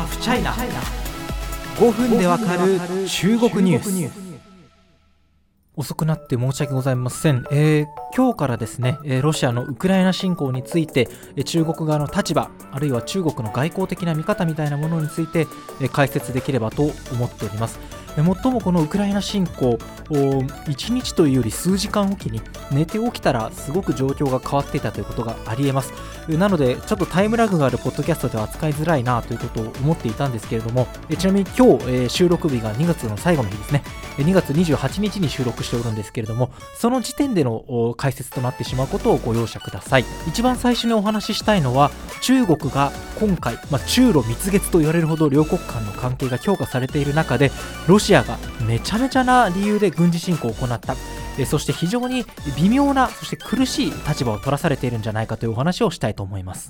ハフチャイナ、5分でわかる中国ニュース。遅くなって申し訳ございません。今日からですね、ロシアのウクライナ侵攻について、中国側の立場、あるいは中国の外交的な見方みたいなものについて、解説できればと思っております。もっともこのウクライナ侵攻、1日というより数時間おきに寝て起きたらすごく状況が変わっていたということがありえます。なのでちょっとタイムラグがあるポッドキャストでは扱いづらいなということを思っていたんですけれども、ちなみに今日、収録日が2月の最後の日ですね。2月28日に収録しておるんですけれども、その時点での解説となってしまうことをご容赦ください。一番最初にお話ししたいのは、中国が今回、中ロ蜜月と言われるほど両国間の関係が強化されている中で、ロシアがめちゃめちゃな理由で軍事侵攻を行った、そして非常に微妙な、そして苦しい立場を取らされているんじゃないかというお話をしたいと思います。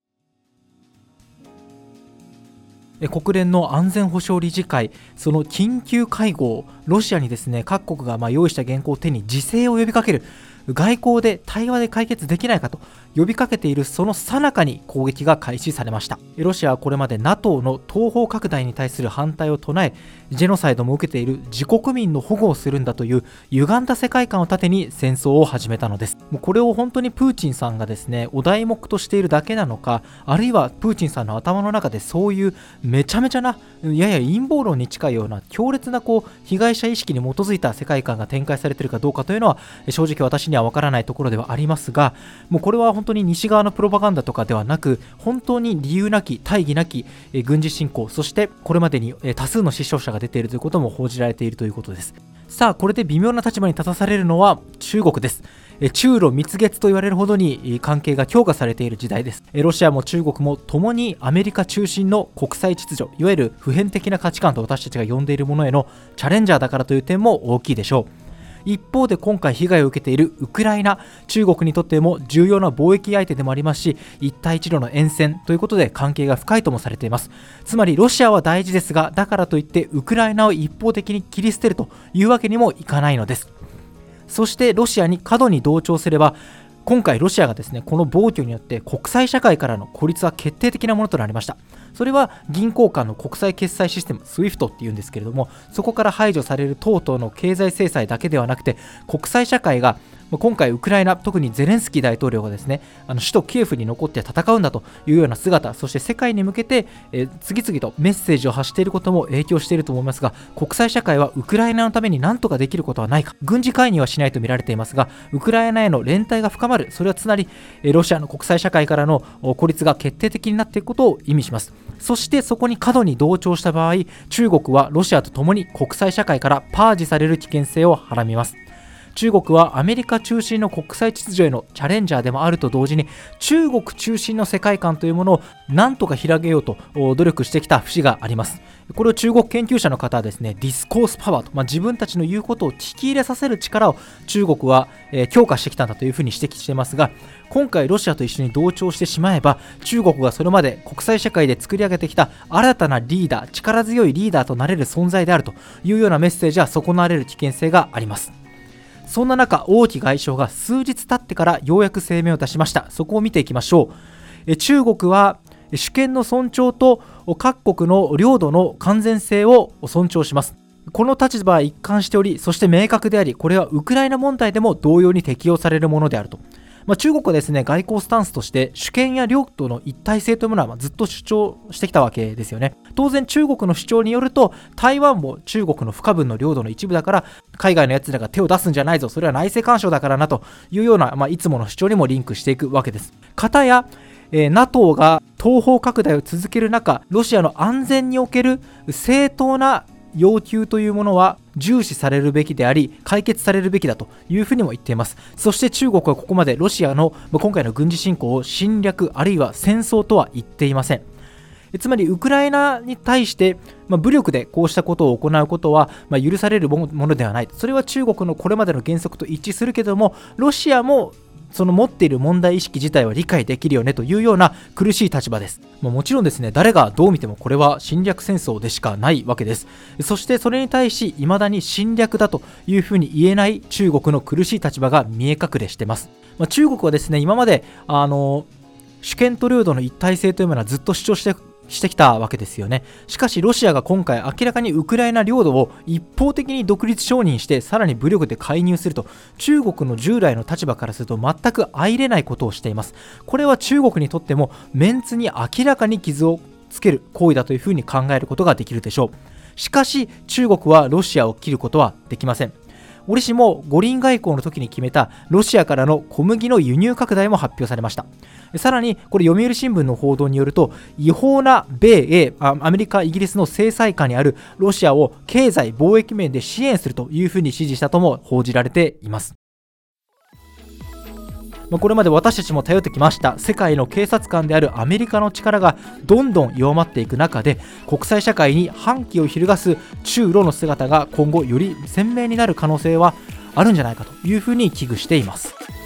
国連の安全保障理事会、その緊急会合、ロシアにですね、各国が用意した原稿を手に自制を呼びかける、外交で対話で解決できないかと呼びかけているその最中に攻撃が開始されました。ロシアはこれまで NATO の東方拡大に対する反対を唱え、ジェノサイドも受けている自国民の保護をするんだという歪んだ世界観を盾に戦争を始めたのです。もうこれを本当にプーチンさんがですね、お題目としているだけなのか、あるいはプーチンさんの頭の中でそういうめちゃめちゃな、やや陰謀論に近いような強烈な被害者意識に基づいた世界観が展開されているかどうかというのは正直私には分からないところではありますが、もうこれは本当に西側のプロパガンダとかではなく、本当に理由なき大義なき軍事侵攻、そしてこれまでに多数の死傷者が出ているということも報じられているということです。さあ、これで微妙な立場に立たされるのは中国です。中ロ蜜月と言われるほどに関係が強化されている時代です。ロシアも中国も共にアメリカ中心の国際秩序、いわゆる普遍的な価値観と私たちが呼んでいるものへのチャレンジャーだからという点も大きいでしょう。一方で今回被害を受けているウクライナ、中国にとっても重要な貿易相手でもありますし、一帯一路の沿線ということで関係が深いともされています。つまりロシアは大事ですが、だからといってウクライナを一方的に切り捨てるというわけにもいかないのです。そしてロシアに過度に同調すれば、今回ロシアがですね、この暴挙によって国際社会からの孤立は決定的なものとなりました。それは銀行間の国際決済システム SWIFT っていうんですけれども、そこから排除される等々の経済制裁だけではなくて、国際社会が今回ウクライナ、特にゼレンスキー大統領がですね、首都キエフに残って戦うんだというような姿、そして世界に向けて、次々とメッセージを発していることも影響していると思いますが、国際社会はウクライナのために何とかできることはないか、軍事介入はしないと見られていますが、ウクライナへの連帯が深まる、それはつまりロシアの国際社会からの孤立が決定的になっていくことを意味します。そしてそこに過度に同調した場合、中国はロシアと共に国際社会からパージされる危険性をはらみます。中国はアメリカ中心の国際秩序へのチャレンジャーでもあると同時に、中国中心の世界観というものを何とか広げようと努力してきた節があります。これを中国研究者の方はですね、ディスコースパワーと、自分たちの言うことを聞き入れさせる力を中国は、強化してきたんだというふうに指摘していますが、今回ロシアと一緒に同調してしまえば、中国がそれまで国際社会で作り上げてきた新たなリーダー、力強いリーダーとなれる存在であるというようなメッセージは損なわれる危険性があります。そんな中、王毅外相が数日経ってからようやく声明を出しました。そこを見ていきましょう。中国は主権の尊重と各国の領土の完全性を尊重します。この立場は一貫しており、そして明確であり、これはウクライナ問題でも同様に適用されるものであると。中国はですね、外交スタンスとして主権や領土の一体性というものはずっと主張してきたわけですよね。当然中国の主張によると、台湾も中国の不可分の領土の一部だから海外のやつらが手を出すんじゃないぞ、それは内政干渉だからなというような、いつもの主張にもリンクしていくわけです。片やNATO が東方拡大を続ける中、ロシアの安全における正当な要求というものは重視されるべきであり、解決されるべきだというふうにも言っています。そして中国はここまでロシアの今回の軍事侵攻を侵略あるいは戦争とは言っていません。つまりウクライナに対して武力でこうしたことを行うことは許されるものではない。それは中国のこれまでの原則と一致するけれども、ロシアもその持っている問題意識自体は理解できるよねというような苦しい立場です。もちろんですね、誰がどう見てもこれは侵略戦争でしかないわけです。そしてそれに対し未だに侵略だというふうに言えない中国の苦しい立場が見え隠れしています。中国はですね、今まで主権と領土の一体性というものはずっと主張してしてきたわけですよね。しかしロシアが今回明らかにウクライナ領土を一方的に独立承認してさらに武力で介入すると、中国の従来の立場からすると全く相入れないことをしています。これは中国にとってもメンツに明らかに傷をつける行為だというふうに考えることができるでしょう。しかし中国はロシアを切ることはできません。折しも五輪外交の時に決めたロシアからの小麦の輸入拡大も発表されました。さらにこれ読売新聞の報道によると、違法な米英アメリカイギリスの制裁下にあるロシアを経済貿易面で支援するというふうに指示したとも報じられています。これまで私たちも頼ってきました世界の警察官であるアメリカの力がどんどん弱まっていく中で、国際社会に反旗を翻す中ロの姿が今後より鮮明になる可能性はあるんじゃないかというふうに危惧しています。